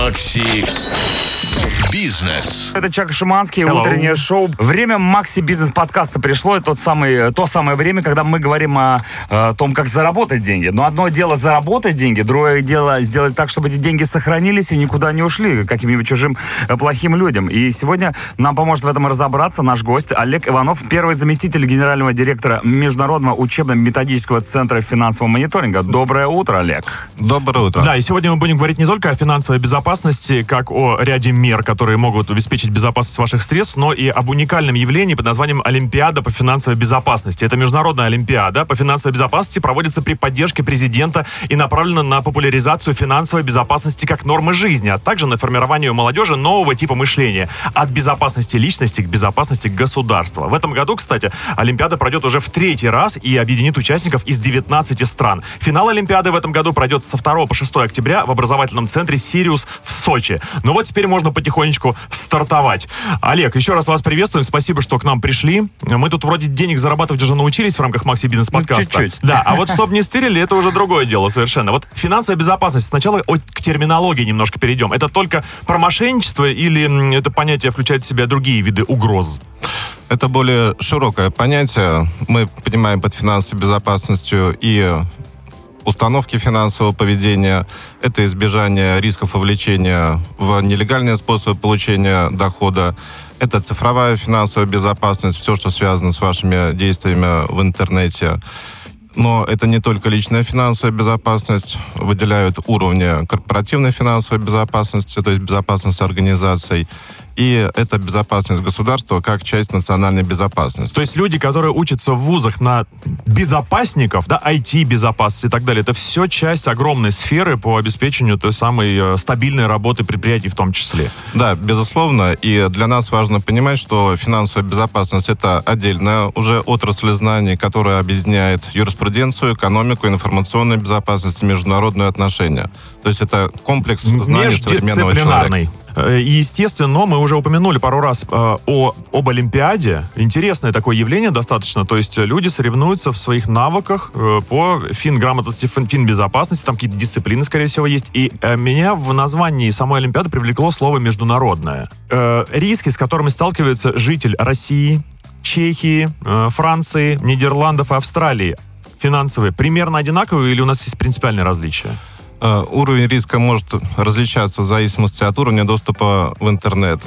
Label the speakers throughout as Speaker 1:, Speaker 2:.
Speaker 1: Макси Бизнес.
Speaker 2: Это Чак Шиманский, утреннее шоу. Время Макси Бизнес подкаста пришло. Это то самое время, когда мы говорим о том, как заработать деньги. Но одно дело заработать деньги, другое дело сделать так, чтобы эти деньги сохранились и никуда не ушли каким-нибудь чужим плохим людям. И сегодня нам поможет в этом разобраться наш гость Олег Иванов, первый заместитель генерального директора Международного учебно-методического центра финансового мониторинга. Доброе утро, Олег.
Speaker 3: Доброе утро.
Speaker 4: Да, и сегодня мы будем говорить не только о финансовой безопасности, как о ряде мер, которые могут обеспечить безопасность ваших средств, но и об уникальном явлении под названием Олимпиада по финансовой безопасности. Это международная Олимпиада по финансовой безопасности, проводится при поддержке президента и направлена на популяризацию финансовой безопасности как нормы жизни, а также на формирование у молодежи нового типа мышления. От безопасности личности к безопасности государства. В этом году, кстати, Олимпиада пройдет уже в 3-й раз и объединит участников из 19 стран. Финал Олимпиады в этом году пройдет со 2 по 6 октября в образовательном центре «Сириус» в Сочи. Ну вот теперь можно потихонечку стартовать. Олег, еще раз вас приветствуем. Спасибо, что к нам пришли. Мы тут вроде денег зарабатывать уже научились в рамках Макси Бизнес подкаста.
Speaker 2: Чуть-чуть.
Speaker 4: Да, а вот чтобы не стырили, это уже другое дело совершенно. Вот финансовая безопасность. Сначала к терминологии немножко перейдем. Это только про мошенничество или это понятие включает в себя другие виды угроз?
Speaker 3: Это более широкое понятие. Мы понимаем под финансовой безопасностью и установки финансового поведения, это избежание рисков вовлечения в нелегальные способы получения дохода, это цифровая финансовая безопасность, все, что связано с вашими действиями в интернете. Но это не только личная финансовая безопасность, выделяют уровни корпоративной финансовой безопасности, то есть безопасность организаций, и это безопасность государства как часть национальной безопасности.
Speaker 4: То есть люди, которые учатся в вузах на безопасников, да, IT-безопасность и так далее, это все часть огромной сферы по обеспечению той самой стабильной работы предприятий в том числе.
Speaker 3: Да, безусловно. И для нас важно понимать, что финансовая безопасность — это отдельная уже отрасль знаний, которая объединяет юриспруденцию, экономику, информационную безопасность и международные отношения. То есть это комплекс знаний современного человека.
Speaker 4: И, естественно, мы уже упомянули пару раз об Олимпиаде. Интересное такое явление достаточно. То есть люди соревнуются в своих навыках по финграмотности, финбезопасности. Там какие-то дисциплины, скорее всего, есть. И меня в названии самой Олимпиады привлекло слово «международное». Риски, с которыми сталкивается житель России, Чехии, Франции, Нидерландов и Австралии, финансовые, примерно одинаковые или у нас есть принципиальные различия?
Speaker 3: Уровень риска может различаться в зависимости от уровня доступа в интернет,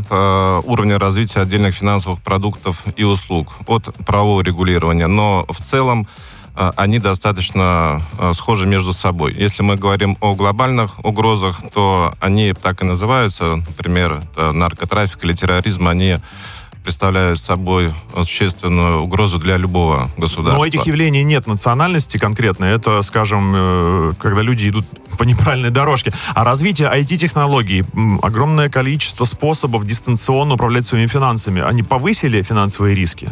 Speaker 3: от уровня развития отдельных финансовых продуктов и услуг, от правового регулирования. Но в целом они достаточно схожи между собой. Если мы говорим о глобальных угрозах, то они так и называются. Например, наркотрафик или терроризм, они представляют собой существенную угрозу для любого государства.
Speaker 4: Но у этих явлений нет национальности конкретно. Это, скажем, когда люди идут по неправильной дорожке. А развитие IT-технологий, огромное количество способов дистанционно управлять своими финансами, они повысили финансовые риски?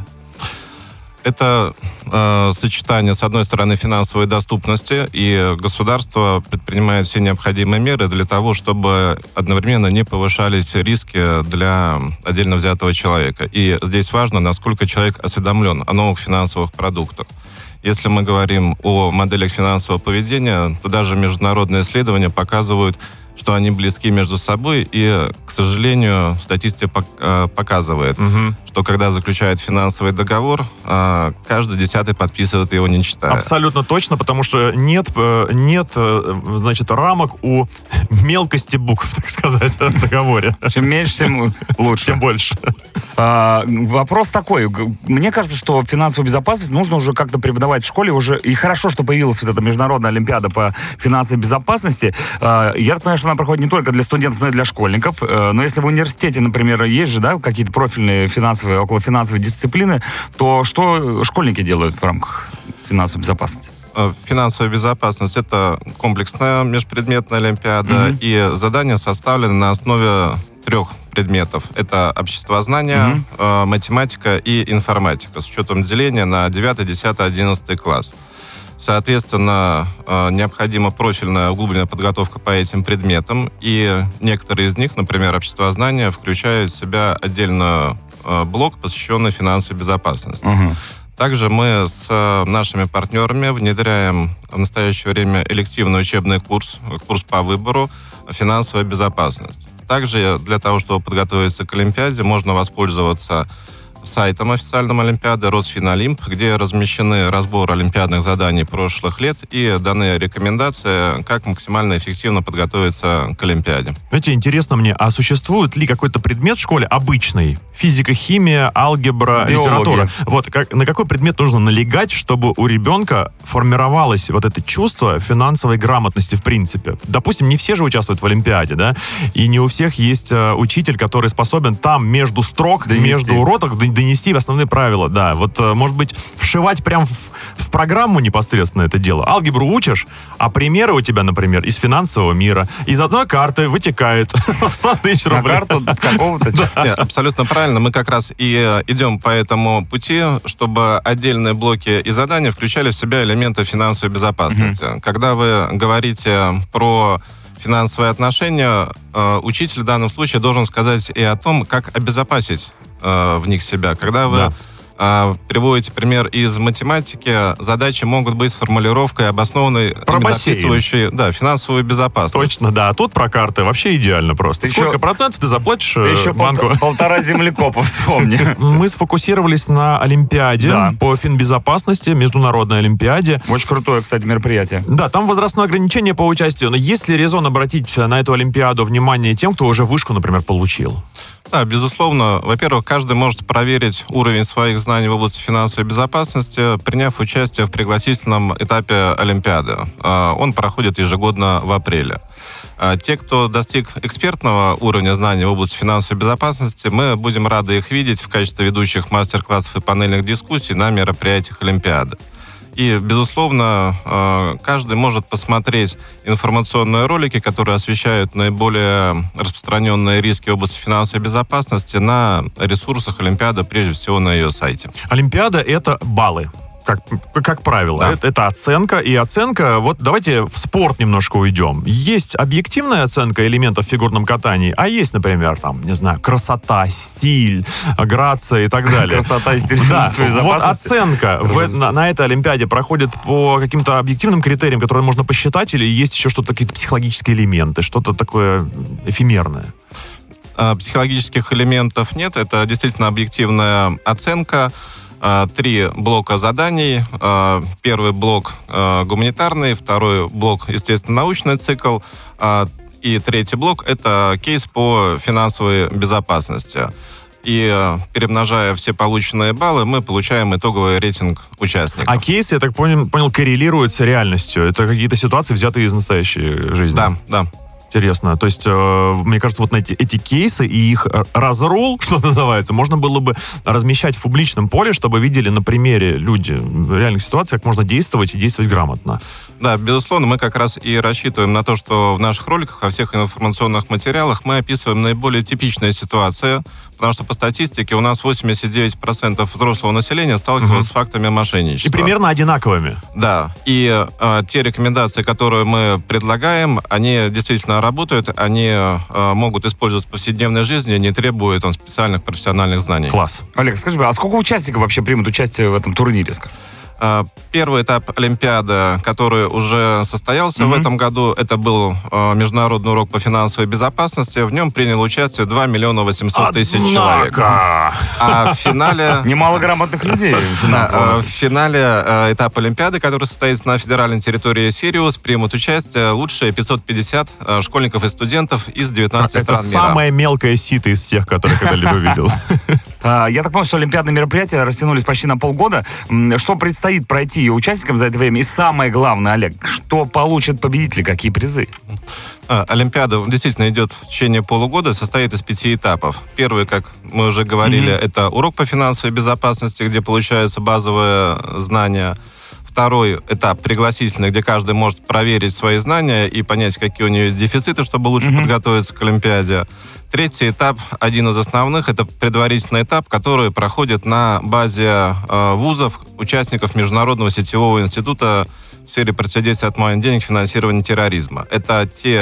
Speaker 3: Это сочетание, с одной стороны, финансовой доступности, и государство предпринимает все необходимые меры для того, чтобы одновременно не повышались риски для отдельно взятого человека. И здесь важно, насколько человек осведомлен о новых финансовых продуктах. Если мы говорим о моделях финансового поведения, то даже международные исследования показывают, что они близки между собой, и, к сожалению, статистика показывает, что когда заключают финансовый договор, каждый 10-й подписывает его, не читая.
Speaker 4: Абсолютно точно, потому что нет, значит, рамок у мелкости букв, так сказать, в договоре.
Speaker 2: Чем меньше, тем лучше.
Speaker 4: Тем больше.
Speaker 2: Вопрос такой. Мне кажется, что финансовую безопасность нужно уже как-то преподавать в школе уже. И хорошо, что появилась вот эта международная олимпиада по финансовой безопасности. Я понимаю, что она проходит не только для студентов, но и для школьников. Но если в университете, например, есть же, да, какие-то профильные финансовые, околофинансовые дисциплины, то что школьники делают в рамках финансовой безопасности?
Speaker 3: Финансовая безопасность — это комплексная межпредметная олимпиада, и задания составлены на основе 3 предметов. Это обществознание, математика и информатика, с учетом деления на 9, 10, 11 класс. Соответственно, необходима профильная углубленная подготовка по этим предметам, и некоторые из них, например, обществознание, включают в себя отдельно блок, посвященный финансовой безопасности. Также мы с нашими партнерами внедряем в настоящее время элективный учебный курс по выбору «Финансовая безопасность». Также для того, чтобы подготовиться к Олимпиаде, можно воспользоваться сайтом официальным Олимпиады Росфиналимп, где размещены разбор олимпиадных заданий прошлых лет и даны рекомендации, как максимально эффективно подготовиться к Олимпиаде.
Speaker 4: Знаете, интересно мне, а существует ли какой-то предмет в школе обычный? Физика, химия, алгебра,
Speaker 2: биология.
Speaker 4: литература. Вот, на какой предмет нужно налегать, чтобы у ребенка формировалось вот это чувство финансовой грамотности в принципе? Допустим, не все же участвуют в Олимпиаде, да? И не у всех есть учитель, который способен там между строк, между уроков донести основные правила, да. Вот, может быть, вшивать прям в программу непосредственно это дело. Алгебру учишь, а примеры у тебя, например, из финансового мира. Из одной карты вытекает 100 тысяч рублей.
Speaker 2: На карту какого-то...
Speaker 3: Нет, абсолютно правильно. Мы как раз и идем по этому пути, чтобы отдельные блоки и задания включали в себя элементы финансовой безопасности. Когда вы говорите про финансовые отношения, учитель в данном случае должен сказать и о том, как обезопасить в них себя. Когда вы приводите пример из математики, задачи могут быть с формулировкой обоснованной, описывающей финансовую безопасность.
Speaker 4: Точно, да. А тут про карты вообще идеально просто. Сколько процентов ты заплатишь банку?
Speaker 2: Полтора землекопа, вспомни.
Speaker 4: Мы сфокусировались на Олимпиаде по финбезопасности, международной Олимпиаде.
Speaker 2: Очень крутое, кстати, мероприятие.
Speaker 4: Да, там возрастное ограничение по участию. Но есть ли резон обратить на эту Олимпиаду внимание тем, кто уже вышку, например, получил?
Speaker 3: Да, безусловно. Во-первых, каждый может проверить уровень своих знаний в области финансовой безопасности, приняв участие в пригласительном этапе Олимпиады. Он проходит ежегодно в апреле. Те, кто достиг экспертного уровня знаний в области финансовой безопасности, мы будем рады их видеть в качестве ведущих мастер-классов и панельных дискуссий на мероприятиях Олимпиады. И, безусловно, каждый может посмотреть информационные ролики, которые освещают наиболее распространенные риски в области финансовой безопасности на ресурсах Олимпиады, прежде всего на ее сайте.
Speaker 4: Олимпиада — это баллы. Как правило.
Speaker 3: Да.
Speaker 4: Это оценка. И оценка, вот давайте в спорт немножко уйдем. Есть объективная оценка элементов в фигурном катании, а есть, например, там, не знаю, красота, стиль, грация и так далее.
Speaker 2: Красота и стиль.
Speaker 4: Да, вот оценка на этой Олимпиаде проходит по каким-то объективным критериям, которые можно посчитать, или есть еще что-то, какие-то психологические элементы, что-то такое эфемерное?
Speaker 3: Психологических элементов нет. Это действительно объективная оценка. 3 блока заданий. Первый блок гуманитарный, второй блок естественно-научный цикл, и третий блок — это кейс по финансовой безопасности. И перемножая все полученные баллы, мы получаем итоговый рейтинг участников.
Speaker 4: А кейсы, я так понял, коррелируют с реальностью. Это какие-то ситуации, взятые из настоящей жизни.
Speaker 3: Да.
Speaker 4: Интересно. То есть, мне кажется, вот на эти кейсы и их разрул, что называется, можно было бы размещать в публичном поле, чтобы видели на примере люди в реальных ситуациях, как можно действовать и действовать грамотно.
Speaker 3: Да, безусловно, мы как раз и рассчитываем на то, что в наших роликах, во всех информационных материалах мы описываем наиболее типичные ситуации, потому что по статистике у нас 89% взрослого населения сталкивалось с фактами мошенничества.
Speaker 4: И примерно одинаковыми.
Speaker 3: Да. И те рекомендации, которые мы предлагаем, они действительно работают, они могут использоваться в повседневной жизни, не требуют специальных профессиональных знаний.
Speaker 4: Класс.
Speaker 2: Олег, скажи, а сколько участников вообще примут участие в этом турнире?
Speaker 3: Первый этап Олимпиады, который уже состоялся в этом году, это был международный урок по финансовой безопасности. В нем приняло участие 2 800 000 человек. А в финале...
Speaker 2: Немало грамотных людей.
Speaker 3: В финале этапа Олимпиады, который состоится на федеральной территории Сириус, примут участие лучшие 550 школьников и студентов из 19 стран мира.
Speaker 4: Это самое мелкое сито из всех, которые когда-либо видел.
Speaker 2: Я так понял, что олимпиадные мероприятия растянулись почти на полгода. Что предстоит пройти участникам за это время? И самое главное, Олег, что получат победители, какие призы?
Speaker 3: Олимпиада действительно идет в течение полугода, состоит из 5 этапов. Первый, как мы уже говорили, это урок по финансовой безопасности, где получаются базовые знания. Второй этап пригласительный, где каждый может проверить свои знания и понять, какие у него есть дефициты, чтобы лучше подготовиться к Олимпиаде. Третий этап, один из основных, это предварительный этап, который проходит на базе вузов, участников Международного сетевого института в сфере противодействия отмывания денег, финансирования терроризма. Это те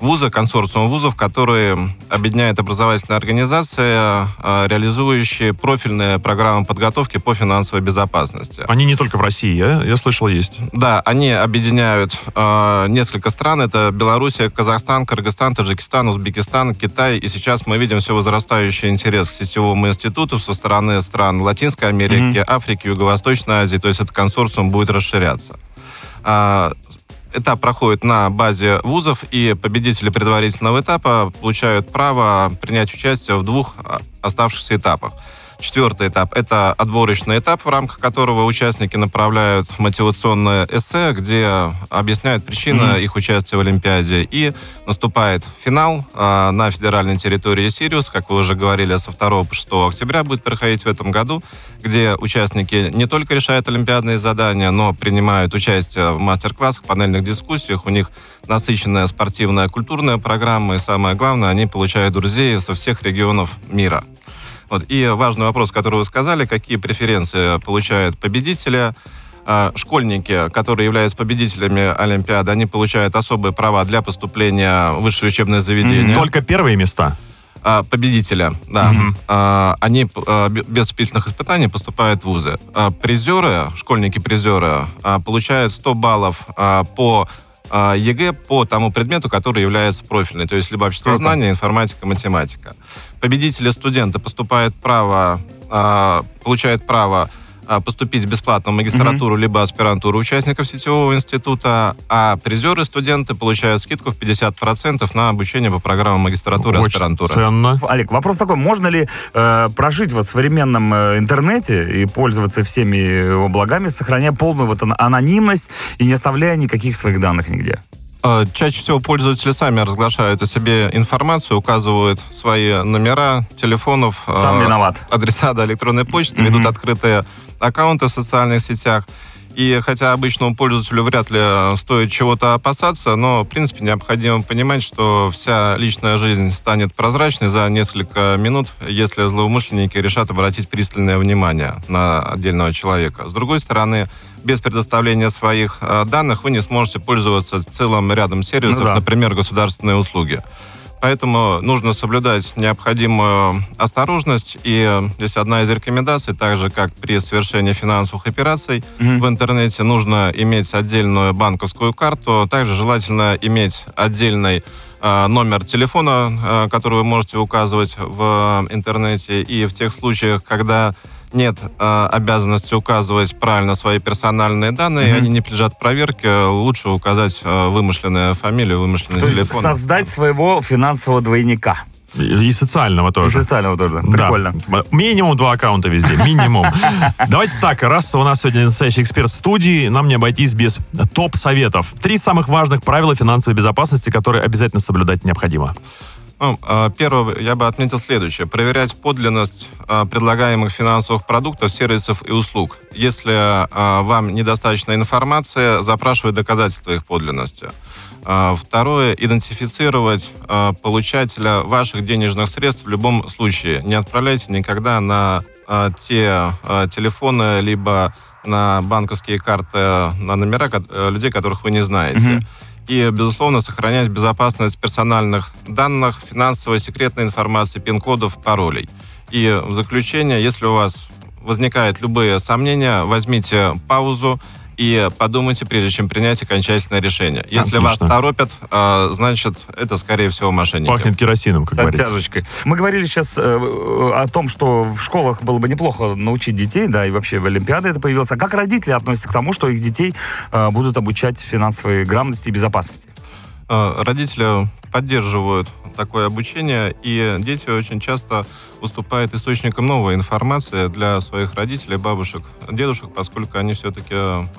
Speaker 3: вузы, консорциум вузов, которые объединяет образовательные организации, реализующие профильные программы подготовки по финансовой безопасности.
Speaker 4: Они не только в России, я слышал, есть.
Speaker 3: Да, они объединяют несколько стран. Это Белоруссия, Казахстан, Кыргызстан, Таджикистан, Узбекистан, Китай. И сейчас мы видим все возрастающий интерес к сетевому институту со стороны стран Латинской Америки, Африки, Юго-Восточной Азии. То есть этот консорциум будет расширяться. Этап проходит на базе вузов, и победители предварительного этапа получают право принять участие в 2 оставшихся этапах. 4-й этап – это отборочный этап, в рамках которого участники направляют мотивационное эссе, где объясняют причины их участия в Олимпиаде. И наступает финал на федеральной территории Сириус, как вы уже говорили, со 2 по 6 октября будет проходить в этом году, где участники не только решают олимпиадные задания, но принимают участие в мастер-классах, панельных дискуссиях. У них насыщенная спортивная, культурная программа, и самое главное, они получают друзей со всех регионов мира. Вот. И важный вопрос, который вы сказали, какие преференции получают победители. Школьники, которые являются победителями Олимпиады, они получают особые права для поступления в высшее учебное заведение.
Speaker 4: Только первые места?
Speaker 3: Победителя, да. Они без вступительных испытаний поступают в вузы. Призеры, школьники-призеры, получают 100 баллов по ЕГЭ по тому предмету, который является профильным, то есть либо обществознание, информатика, математика. Победители-студенты получают право поступить бесплатно в магистратуру либо аспирантуру участников сетевого института, а призеры-студенты получают скидку в 50% на обучение по программам магистратуры и аспирантуры.
Speaker 4: Ценно.
Speaker 2: Олег, вопрос такой, можно ли прожить вот в современном интернете и пользоваться всеми его благами, сохраняя полную вот анонимность и не оставляя никаких своих данных нигде?
Speaker 3: Чаще всего пользователи сами разглашают о себе информацию, указывают свои номера телефонов,
Speaker 2: Сам виноват.
Speaker 3: адреса до электронной почты, ведут открытые аккаунты в социальных сетях. И хотя обычному пользователю вряд ли стоит чего-то опасаться, но, в принципе, необходимо понимать, что вся личная жизнь станет прозрачной за несколько минут, если злоумышленники решат обратить пристальное внимание на отдельного человека. С другой стороны, без предоставления своих данных вы не сможете пользоваться целым рядом сервисов, например, государственные услуги. Поэтому нужно соблюдать необходимую осторожность. И здесь одна из рекомендаций, так же, как при совершении финансовых операций в интернете, нужно иметь отдельную банковскую карту. Также желательно иметь отдельный номер телефона, который вы можете указывать в интернете. И в тех случаях, когда нет обязанности указывать правильно свои персональные данные, они не подлежат проверке, лучше указать вымышленную фамилию, вымышленный телефон.
Speaker 2: Создать своего финансового двойника.
Speaker 4: И социального тоже.
Speaker 2: И социального тоже. Прикольно.
Speaker 4: Да. Минимум 2 аккаунта везде. Минимум. Давайте так, раз у нас сегодня настоящий эксперт в студии, нам не обойтись без топ-советов. 3 самых важных правила финансовой безопасности, которые обязательно соблюдать необходимо.
Speaker 3: Первое, я бы отметил следующее. Проверять подлинность предлагаемых финансовых продуктов, сервисов и услуг. Если вам недостаточно информации, запрашивать доказательства их подлинности. Второе, идентифицировать получателя ваших денежных средств в любом случае. Не отправляйте никогда на те телефоны, либо на банковские карты, на номера людей, которых вы не знаете. И, безусловно, сохранять безопасность персональных данных, финансовой, секретной информации, пин-кодов, паролей. И в заключение, если у вас возникают любые сомнения, возьмите паузу и подумайте, прежде чем принять окончательное решение. Если вас торопят, значит, это, скорее всего, мошенники.
Speaker 4: Пахнет керосином, как говорится.
Speaker 2: С оттяжечкой. Мы говорили сейчас о том, что в школах было бы неплохо научить детей, да, и вообще в Олимпиаде это появилось. А как родители относятся к тому, что их детей будут обучать финансовой грамотности и безопасности?
Speaker 3: Родители поддерживают такое обучение, и дети очень часто выступают источником новой информации для своих родителей, бабушек, дедушек, поскольку они все-таки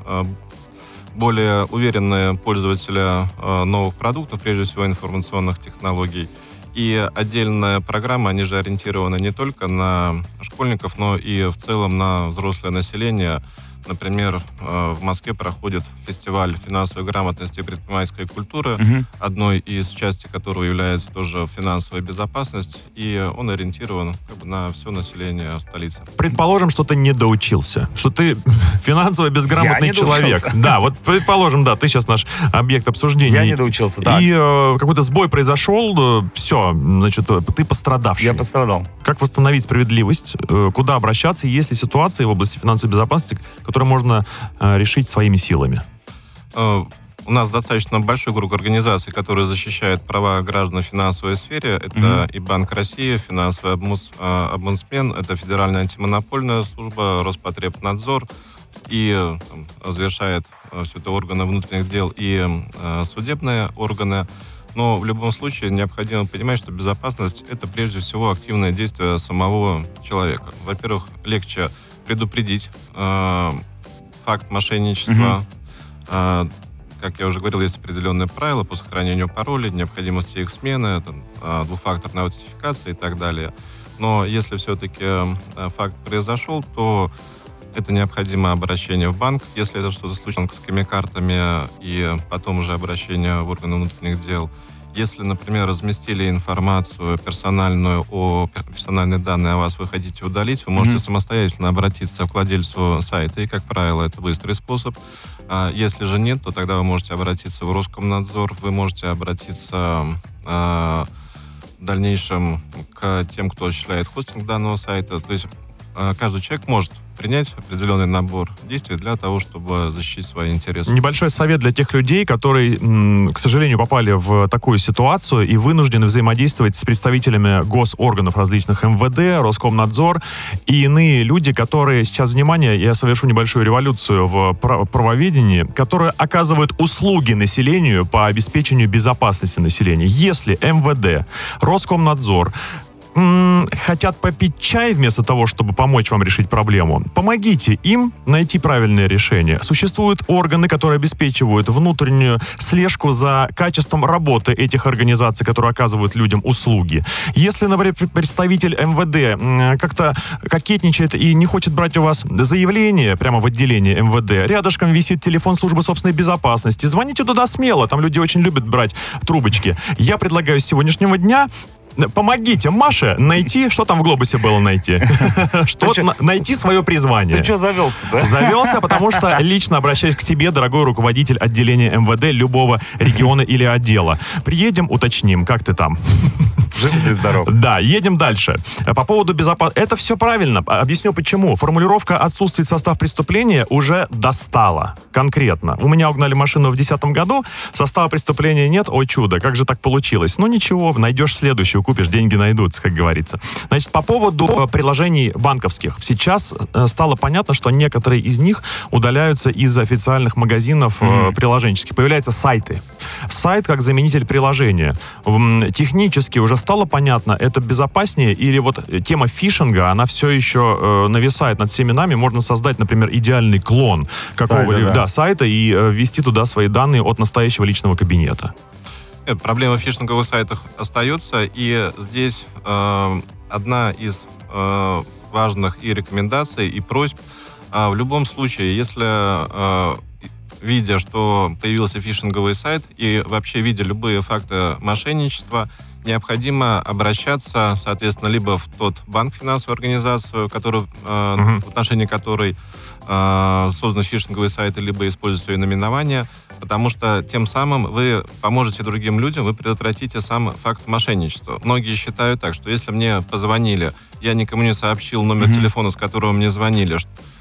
Speaker 3: более уверенные пользователи новых продуктов, прежде всего информационных технологий. И отдельная программа, они же ориентированы не только на школьников, но и в целом на взрослое население. Например, в Москве проходит фестиваль финансовой грамотности и предпринимательской культуры, одной из частей которого является тоже финансовая безопасность, и он ориентирован на все население столицы.
Speaker 4: Предположим, что ты не доучился, что ты финансово безграмотный человек. Да, вот предположим, да, ты сейчас наш объект обсуждения.
Speaker 2: Я не доучился, так.
Speaker 4: И какой-то сбой произошел, все, значит, ты пострадавший.
Speaker 2: Я пострадал.
Speaker 4: Как восстановить справедливость? Куда обращаться? Есть ли ситуации в области финансовой безопасности, которые можно решить своими силами?
Speaker 3: У нас достаточно большой круг организаций, которые защищают права граждан в финансовой сфере. Это и Банк России, финансовый омбудсмен, это Федеральная антимонопольная служба, Роспотребнадзор, и завершает все это органы внутренних дел и судебные органы. Но в любом случае необходимо понимать, что безопасность — это прежде всего активное действие самого человека. Во-первых, легче предупредить факт мошенничества. Как я уже говорил, есть определенные правила по сохранению паролей, необходимости их смены, двухфакторная аутентификация и так далее. Но если все-таки факт произошел, то это необходимо обращение в банк, если это что-то случилось с банковскими картами, и потом уже обращение в органы внутренних дел. Если, например, разместили информацию персональные данные о вас, вы хотите удалить, вы можете самостоятельно обратиться к владельцу сайта, и, как правило, это быстрый способ. Если же нет, то тогда вы можете обратиться в Роскомнадзор, вы можете обратиться в дальнейшем к тем, кто осуществляет хостинг данного сайта. То есть каждый человек может принять определенный набор действий для того, чтобы защитить свои интересы.
Speaker 4: Небольшой совет для тех людей, которые, к сожалению, попали в такую ситуацию и вынуждены взаимодействовать с представителями госорганов различных МВД, Роскомнадзор и иные люди, которые сейчас, внимание, я совершу небольшую революцию в правоведении, которые оказывают услуги населению по обеспечению безопасности населения. Если МВД, Роскомнадзор хотят попить чай вместо того, чтобы помочь вам решить проблему, помогите им найти правильное решение. Существуют органы, которые обеспечивают внутреннюю слежку за качеством работы этих организаций, которые оказывают людям услуги. Если, например, представитель МВД как-то кокетничает и не хочет брать у вас заявление прямо в отделении МВД, рядышком висит телефон службы собственной безопасности. Звоните туда смело, там люди очень любят брать трубочки. Я предлагаю с сегодняшнего дня помогите Маше найти, что там в глобусе было найти? Найти свое призвание.
Speaker 2: Ты что завелся, да?
Speaker 4: Завелся, потому что лично обращаюсь к тебе, дорогой руководитель отделения МВД любого региона или отдела. Приедем, уточним, как ты там.
Speaker 2: Жив ли здоров?
Speaker 4: Да, едем дальше. По поводу безопасности. Это все правильно. Объясню почему. Формулировка «отсутствует состав преступления» уже достала. Конкретно. У меня угнали машину в 2010 году, состава преступления нет. О чудо, как же так получилось? Ну ничего, найдешь следующую, купишь, деньги найдутся, как говорится. Значит, по поводу приложений банковских. Сейчас стало понятно, что некоторые из них удаляются из официальных магазинов приложенческих. Появляются сайты. Сайт как заменитель приложения. Технически уже стало понятно, это безопаснее, или вот тема фишинга, она все еще нависает над всеми нами. Можно создать, например, идеальный клон какого-либо сайта и ввести туда свои данные от настоящего личного кабинета.
Speaker 3: Проблема в фишинговых сайтах остается, и здесь одна из важных и рекомендаций, и просьб. В любом случае, если видя, что появился фишинговый сайт, и вообще видя любые факты мошенничества, необходимо обращаться, соответственно, либо в тот банк, финансовую организацию, в отношении которой создан фишинговый сайт, либо используют свое наименование, потому что тем самым вы поможете другим людям, вы предотвратите сам факт мошенничества. Многие считают так, что если мне позвонили, я никому не сообщил номер телефона, с которого мне звонили,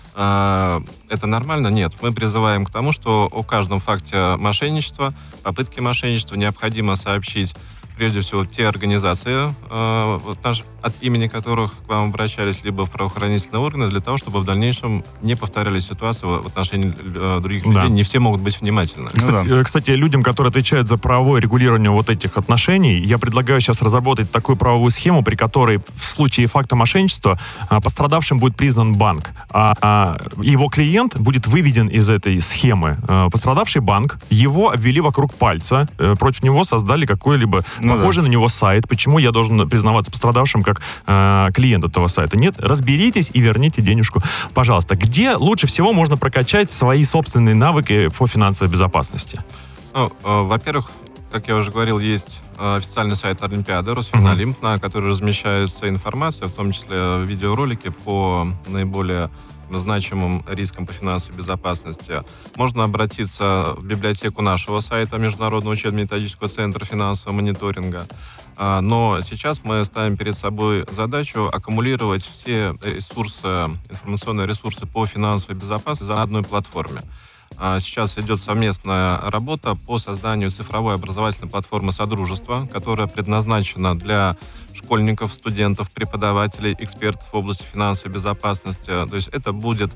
Speaker 3: это нормально? Нет. Мы призываем к тому, что о каждом факте мошенничества, попытки мошенничества необходимо сообщить прежде всего те организации, от имени которых к вам обращались, либо в правоохранительные органы, для того, чтобы в дальнейшем не повторялись ситуации в отношении других людей. Не все могут быть внимательны.
Speaker 4: Кстати, людям, которые отвечают за правовое регулирование вот этих отношений, я предлагаю сейчас разработать такую правовую схему, при которой в случае факта мошенничества пострадавшим будет признан банк, а его клиент будет выведен из этой схемы. Пострадавший банк, его обвели вокруг пальца, против него создали какое-либо похожий на него сайт. Почему я должен признаваться пострадавшим как клиент этого сайта? Нет, разберитесь и верните денежку. Пожалуйста, где лучше всего можно прокачать свои собственные навыки по финансовой безопасности?
Speaker 3: Во-первых, как я уже говорил, есть официальный сайт Олимпиады, Росфиналимп, на который размещается информация, в том числе видеоролики по наиболее значимым рискам по финансовой безопасности. Можно обратиться в библиотеку нашего сайта Международного учебно-методического центра финансового мониторинга. Но сейчас мы ставим перед собой задачу аккумулировать все ресурсы, информационные ресурсы по финансовой безопасности за одной платформе. Сейчас идет совместная работа по созданию цифровой образовательной платформы Содружества, которая предназначена для школьников, студентов, преподавателей, экспертов в области финансовой безопасности. То есть это будет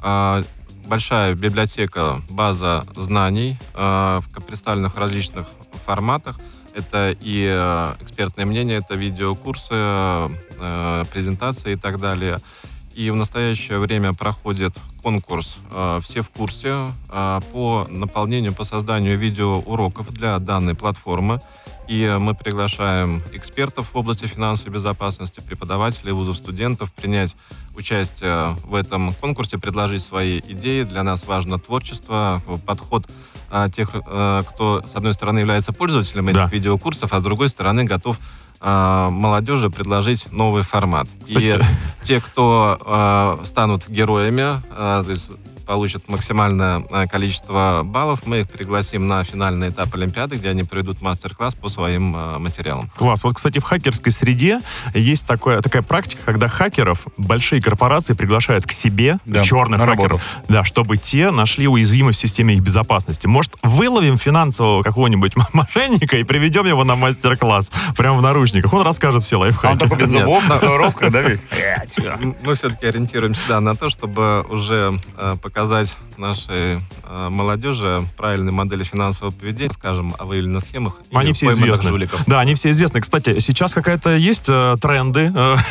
Speaker 3: большая библиотека, база знаний, представленных в различных форматах. Это и экспертное мнение, это видеокурсы, презентации и так далее. И в настоящее время проходит конкурс «Все в курсе» по наполнению, по созданию видеоуроков для данной платформы. И мы приглашаем экспертов в области финансовой безопасности, преподавателей, вузов, студентов принять участие в этом конкурсе, предложить свои идеи. Для нас важно творчество, подход тех, кто, с одной стороны, является пользователем этих видеокурсов, а с другой стороны, готов молодежи предложить новый формат. Кстати. И те, кто станут героями, то есть получат максимальное количество баллов, мы их пригласим на финальный этап Олимпиады, где они проведут мастер-класс по своим материалам.
Speaker 4: Класс. Вот, кстати, в хакерской среде есть такая практика, когда хакеров большие корпорации приглашают к себе, черных хакеров, чтобы те нашли уязвимость в системе их безопасности. Может, выловим финансового какого-нибудь мошенника и приведем его на мастер-класс прямо в наручниках. Он расскажет все лайфхаки.
Speaker 2: Он только без зубов, татуировка, да, весь?
Speaker 3: Мы все-таки ориентируемся, на то, чтобы уже показать нашей молодежи правильные модели финансового поведения, скажем, о выявленных схемах.
Speaker 4: Они все известны. Жуликов. Да, они все известны. Кстати, сейчас какая-то есть тренды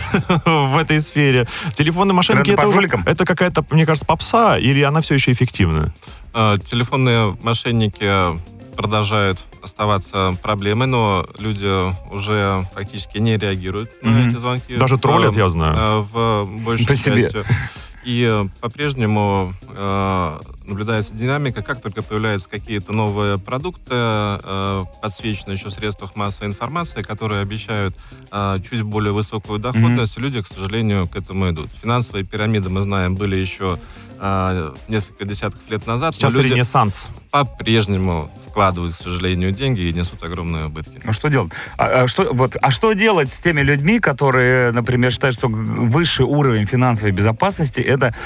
Speaker 4: в этой сфере. Телефонные мошенники это какая-то, мне кажется, попса, или она все еще эффективна?
Speaker 3: Телефонные мошенники продолжают оставаться проблемой, но люди уже практически не реагируют на эти звонки.
Speaker 4: Даже троллят, я знаю.
Speaker 3: В большей части. И по-прежнему наблюдается динамика, как только появляются какие-то новые продукты, подсвеченные еще в средствах массовой информации, которые обещают чуть более высокую доходность, люди, к сожалению, к этому идут. Финансовые пирамиды, мы знаем, были еще несколько десятков лет назад.
Speaker 4: Сейчас ренессанс.
Speaker 3: По-прежнему вкладывают, к сожалению, деньги и несут огромные убытки.
Speaker 2: А что делать? А что делать с теми людьми, которые, например, считают, что высший уровень финансовой безопасности это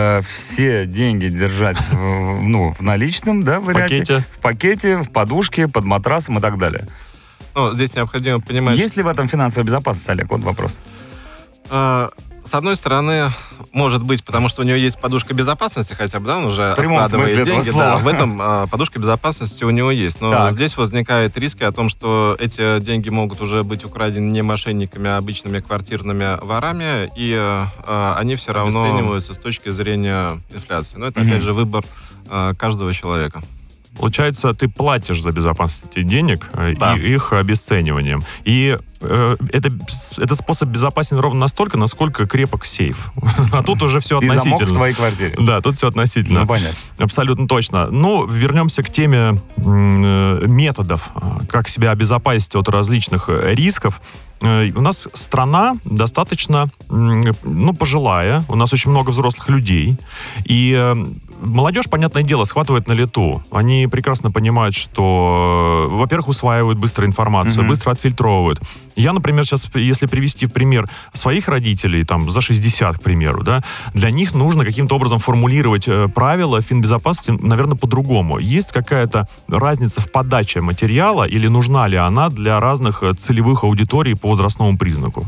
Speaker 2: все деньги держать в наличном, варианте, в пакете, в подушке, под матрасом и так далее?
Speaker 3: Здесь необходимо понимать...
Speaker 2: Есть ли в этом финансовая безопасность, Олег? Вот вопрос.
Speaker 3: С одной стороны, может быть, потому что у него есть подушка безопасности хотя бы, он уже откладывает деньги. Да, в этом подушка безопасности у него есть. Но здесь возникает риск о том, что эти деньги могут уже быть украдены не мошенниками, а обычными квартирными ворами, и они все равно оцениваются с точки зрения инфляции. Но это, опять же, выбор каждого человека.
Speaker 4: Получается, ты платишь за безопасность этих денег и их обесцениванием. И это способ безопасен ровно настолько, насколько крепок сейф. А тут уже все относительно. И замок
Speaker 2: в твоей квартире.
Speaker 4: Да, тут все относительно.
Speaker 2: Ну, понятно.
Speaker 4: Абсолютно точно. Вернемся к теме методов, как себя обезопасить от различных рисков. У нас страна достаточно, пожилая. У нас очень много взрослых людей. И молодежь, понятное дело, схватывает на лету. Они прекрасно понимают, что, во-первых, усваивают быстро информацию, быстро отфильтровывают. Я, например, сейчас, если привести в пример своих родителей, за 60, к примеру, для них нужно каким-то образом формулировать правила финбезопасности, наверное, по-другому. Есть какая-то разница в подаче материала или нужна ли она для разных целевых аудиторий по возрастному признаку?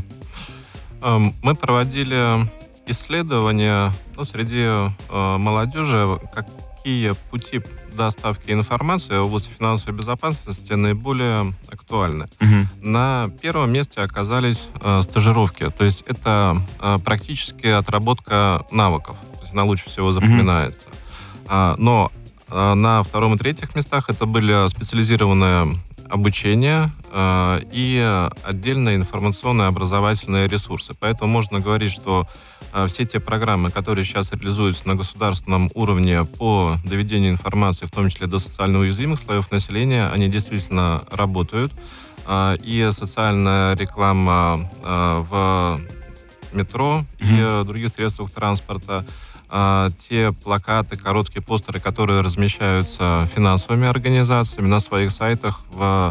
Speaker 3: Мы проводили исследования среди молодежи, какие пути доставки информации в области финансовой безопасности наиболее актуальны. На первом месте оказались стажировки. То есть это практически отработка навыков. То есть она лучше всего запоминается. Но на втором и третьих местах это были специализированные обучение и отдельные информационные образовательные ресурсы. Поэтому можно говорить, что все те программы, которые сейчас реализуются на государственном уровне по доведению информации, в том числе до социально уязвимых слоев населения, они действительно работают. И социальная реклама в метро и других средствах транспорта, те плакаты, короткие постеры, которые размещаются финансовыми организациями на своих сайтах, в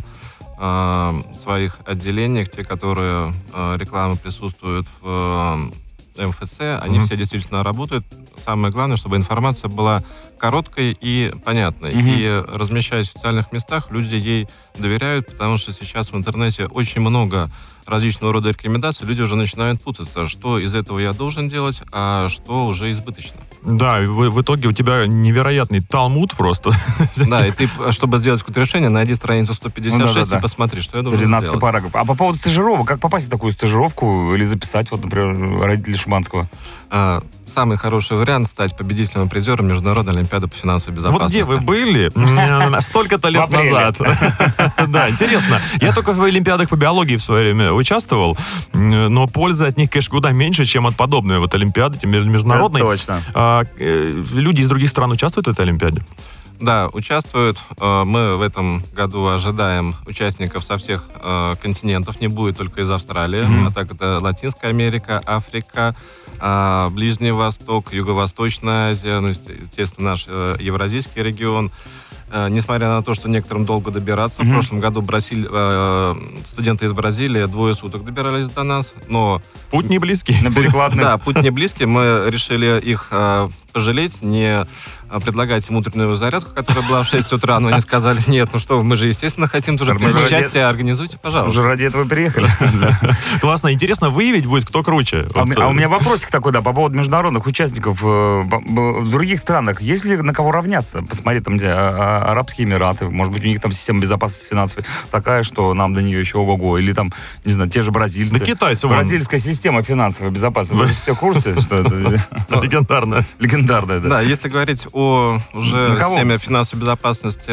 Speaker 3: своих отделениях, те, которые рекламы присутствуют в МФЦ, они все действительно работают. Самое главное, чтобы информация была короткой и понятной. И размещаясь в социальных местах, люди ей доверяют, потому что сейчас в интернете очень много различного рода рекомендаций, люди уже начинают путаться, что из этого я должен делать, а что уже избыточно.
Speaker 4: Да, в итоге у тебя невероятный талмуд просто.
Speaker 3: Да, и ты, чтобы сделать какое-то решение, найди страницу 156 и посмотри, что я должен
Speaker 2: 13
Speaker 3: сделать.
Speaker 2: параграф. А по поводу стажировок, как попасть в такую стажировку или записать, вот, например, родителей Шуманского?
Speaker 3: Самый хороший вариант — стать победителем и призером Международной олимпиады по финансовой безопасности.
Speaker 4: Вот где вы были столько-то лет назад? Да, интересно. Я только в олимпиадах по биологии в свое время участвовал, но пользы от них, конечно, куда меньше, чем от подобной вот олимпиады, международной.
Speaker 2: Это точно.
Speaker 4: Люди из других стран участвуют в этой олимпиаде?
Speaker 3: Да, участвуют. Мы в этом году ожидаем участников со всех континентов. Не будет только из Австралии. А так это Латинская Америка, Африка, Ближний Восток, Юго-Восточная Азия, ну, естественно, наш Евразийский регион. Несмотря на то, что некоторым долго добираться, в прошлом году студенты из Бразилии 2 суток добирались до нас, но...
Speaker 4: Путь не близкий.
Speaker 2: На перекладных.
Speaker 3: Да, путь не близкий. Мы решили их пожалеть, не предлагать им утреннюю зарядку, которая была в 6 утра, но они сказали: нет, ну что, мы же, естественно, хотим тоже принять участие, организуйте, пожалуйста.
Speaker 2: Уже ради этого переехали.
Speaker 4: Классно, интересно выявить будет, кто круче.
Speaker 2: А у меня вопросик такой, да, по поводу международных участников в других странах. Есть ли на кого равняться? Посмотри, там где Арабские Эмираты, может быть, у них там система безопасности финансовой такая, что нам до нее еще ого-го. Или там, не знаю, те же бразильцы.
Speaker 4: Да китайцы.
Speaker 2: Бразильская система финансовой безопасности. Вы все в курсе, что это?
Speaker 4: Легендарная.
Speaker 2: Легендарная, да.
Speaker 3: Да, если говорить о уже системе финансовой безопасности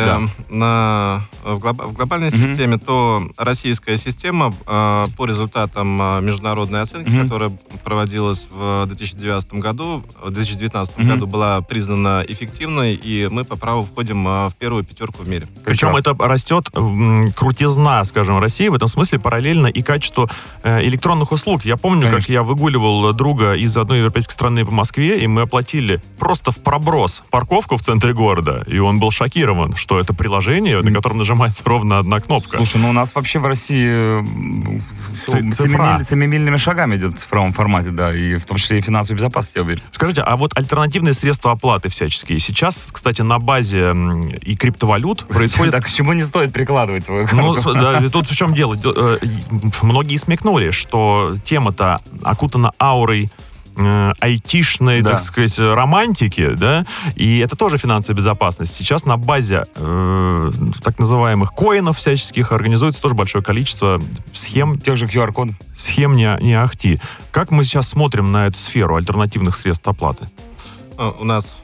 Speaker 3: в глобальной системе, то российская система по результатам международной оценки, которая проводилась в 2019 году, была признана эффективной, и мы по праву входим в первую 5 в мире.
Speaker 4: Причем это растет крутизна, скажем, России, в этом смысле параллельно и качество электронных услуг. Я помню, как я выгуливал друга из одной европейской страны по Москве, и мы оплатили просто в проброс парковку в центре города, и он был шокирован, что это приложение, на котором нажимается ровно одна кнопка.
Speaker 2: Слушай, ну у нас вообще в России семимильными шагами идет в цифровом формате, да, и в том числе и финансовой безопасности, я уверен.
Speaker 4: Скажите, а вот альтернативные средства оплаты всяческие, сейчас, кстати, на базе и криптовалют происходит...
Speaker 2: Так, к чему не стоит прикладывать свою
Speaker 4: карту? Ну, да, тут в чем дело? Многие смекнули, что тема-то окутана аурой айтишной, так сказать, романтики, да, и это тоже финансовая безопасность. Сейчас на базе так называемых коинов всяческих организуется тоже большое количество схем.
Speaker 2: Тех же QR-кодов.
Speaker 4: Схем не ахти. Как мы сейчас смотрим на эту сферу альтернативных средств оплаты?
Speaker 3: У нас...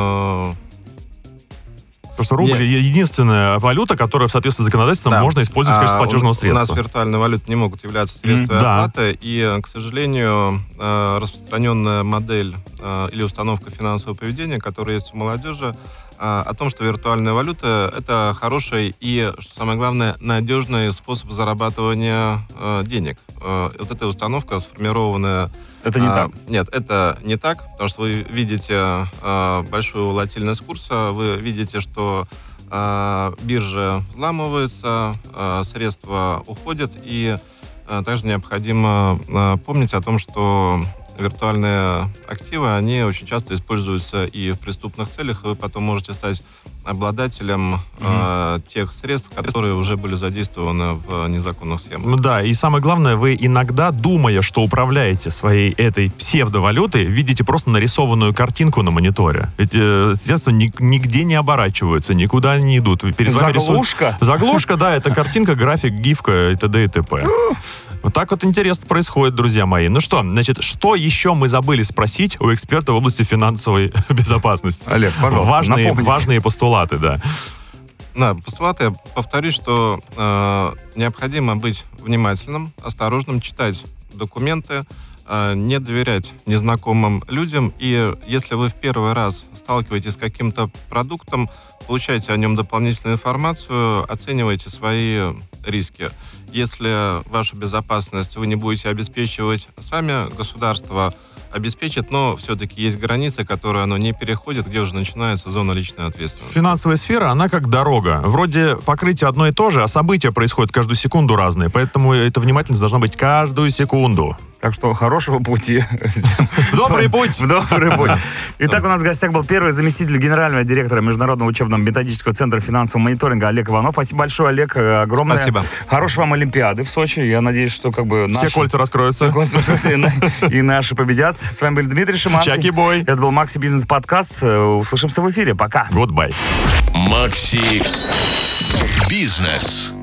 Speaker 4: Потому что рубль единственная валюта, которая в соответствии с законодательством можно использовать в качестве платежного средства.
Speaker 3: У нас виртуальные валюты не могут являться средством оплаты, и, к сожалению, распространенная модель или установка финансового поведения, которая есть у молодежи, о том, что виртуальная валюта — это хороший и, что самое главное, надежный способ зарабатывания денег. Вот эта установка сформированная...
Speaker 2: Это не так?
Speaker 3: Нет, это не так, потому что вы видите большую волатильность курса, вы видите, что биржи взламываются, средства уходят, и также необходимо помнить о том, что виртуальные активы, они очень часто используются и в преступных целях, и вы потом можете стать обладателем тех средств, которые уже были задействованы в незаконных схемах.
Speaker 4: Да, и самое главное, вы иногда, думая, что управляете своей этой псевдовалютой, видите просто нарисованную картинку на мониторе. Ведь, естественно, нигде не оборачиваются, никуда не идут.
Speaker 2: Заглушка?
Speaker 4: Заглушка, да, это картинка, график, гифка и т.д. и т.п. Вот так вот интересно происходит, друзья мои. Ну что, значит, что еще мы забыли спросить у эксперта в области финансовой безопасности?
Speaker 2: Олег, пожалуйста,
Speaker 4: важные постулаты, да.
Speaker 3: Да, постулаты, я повторюсь, что необходимо быть внимательным, осторожным, читать документы, не доверять незнакомым людям. И если вы в первый раз сталкиваетесь с каким-то продуктом, получаете о нем дополнительную информацию, оценивайте свои риски. Если вашу безопасность вы не будете обеспечивать сами, государство обеспечит, но все-таки есть границы, которые оно не переходит, где уже начинается зона личной ответственности.
Speaker 4: Финансовая сфера, она как дорога. Вроде покрытие одно и то же, а события происходят каждую секунду разные. Поэтому эта внимательность должна быть каждую секунду.
Speaker 2: Так что хорошего пути.
Speaker 4: В добрый путь!
Speaker 2: В добрый путь. Итак, у нас в гостях был первый заместитель генерального директора Международного учебно-методического центра финансового мониторинга Олег Иванов. Спасибо большое, Олег. Огромное.
Speaker 3: Спасибо.
Speaker 2: Хорошей вам Олимпиады в Сочи. Я надеюсь, что как бы
Speaker 4: Все кольца раскроются.
Speaker 2: и наши победят. С вами был Дмитрий Шиманский.
Speaker 4: Чаки-бой.
Speaker 2: Это был Макси Бизнес Подкаст. Услышимся в эфире. Пока.
Speaker 4: Goodbye.
Speaker 1: Макси Бизнес.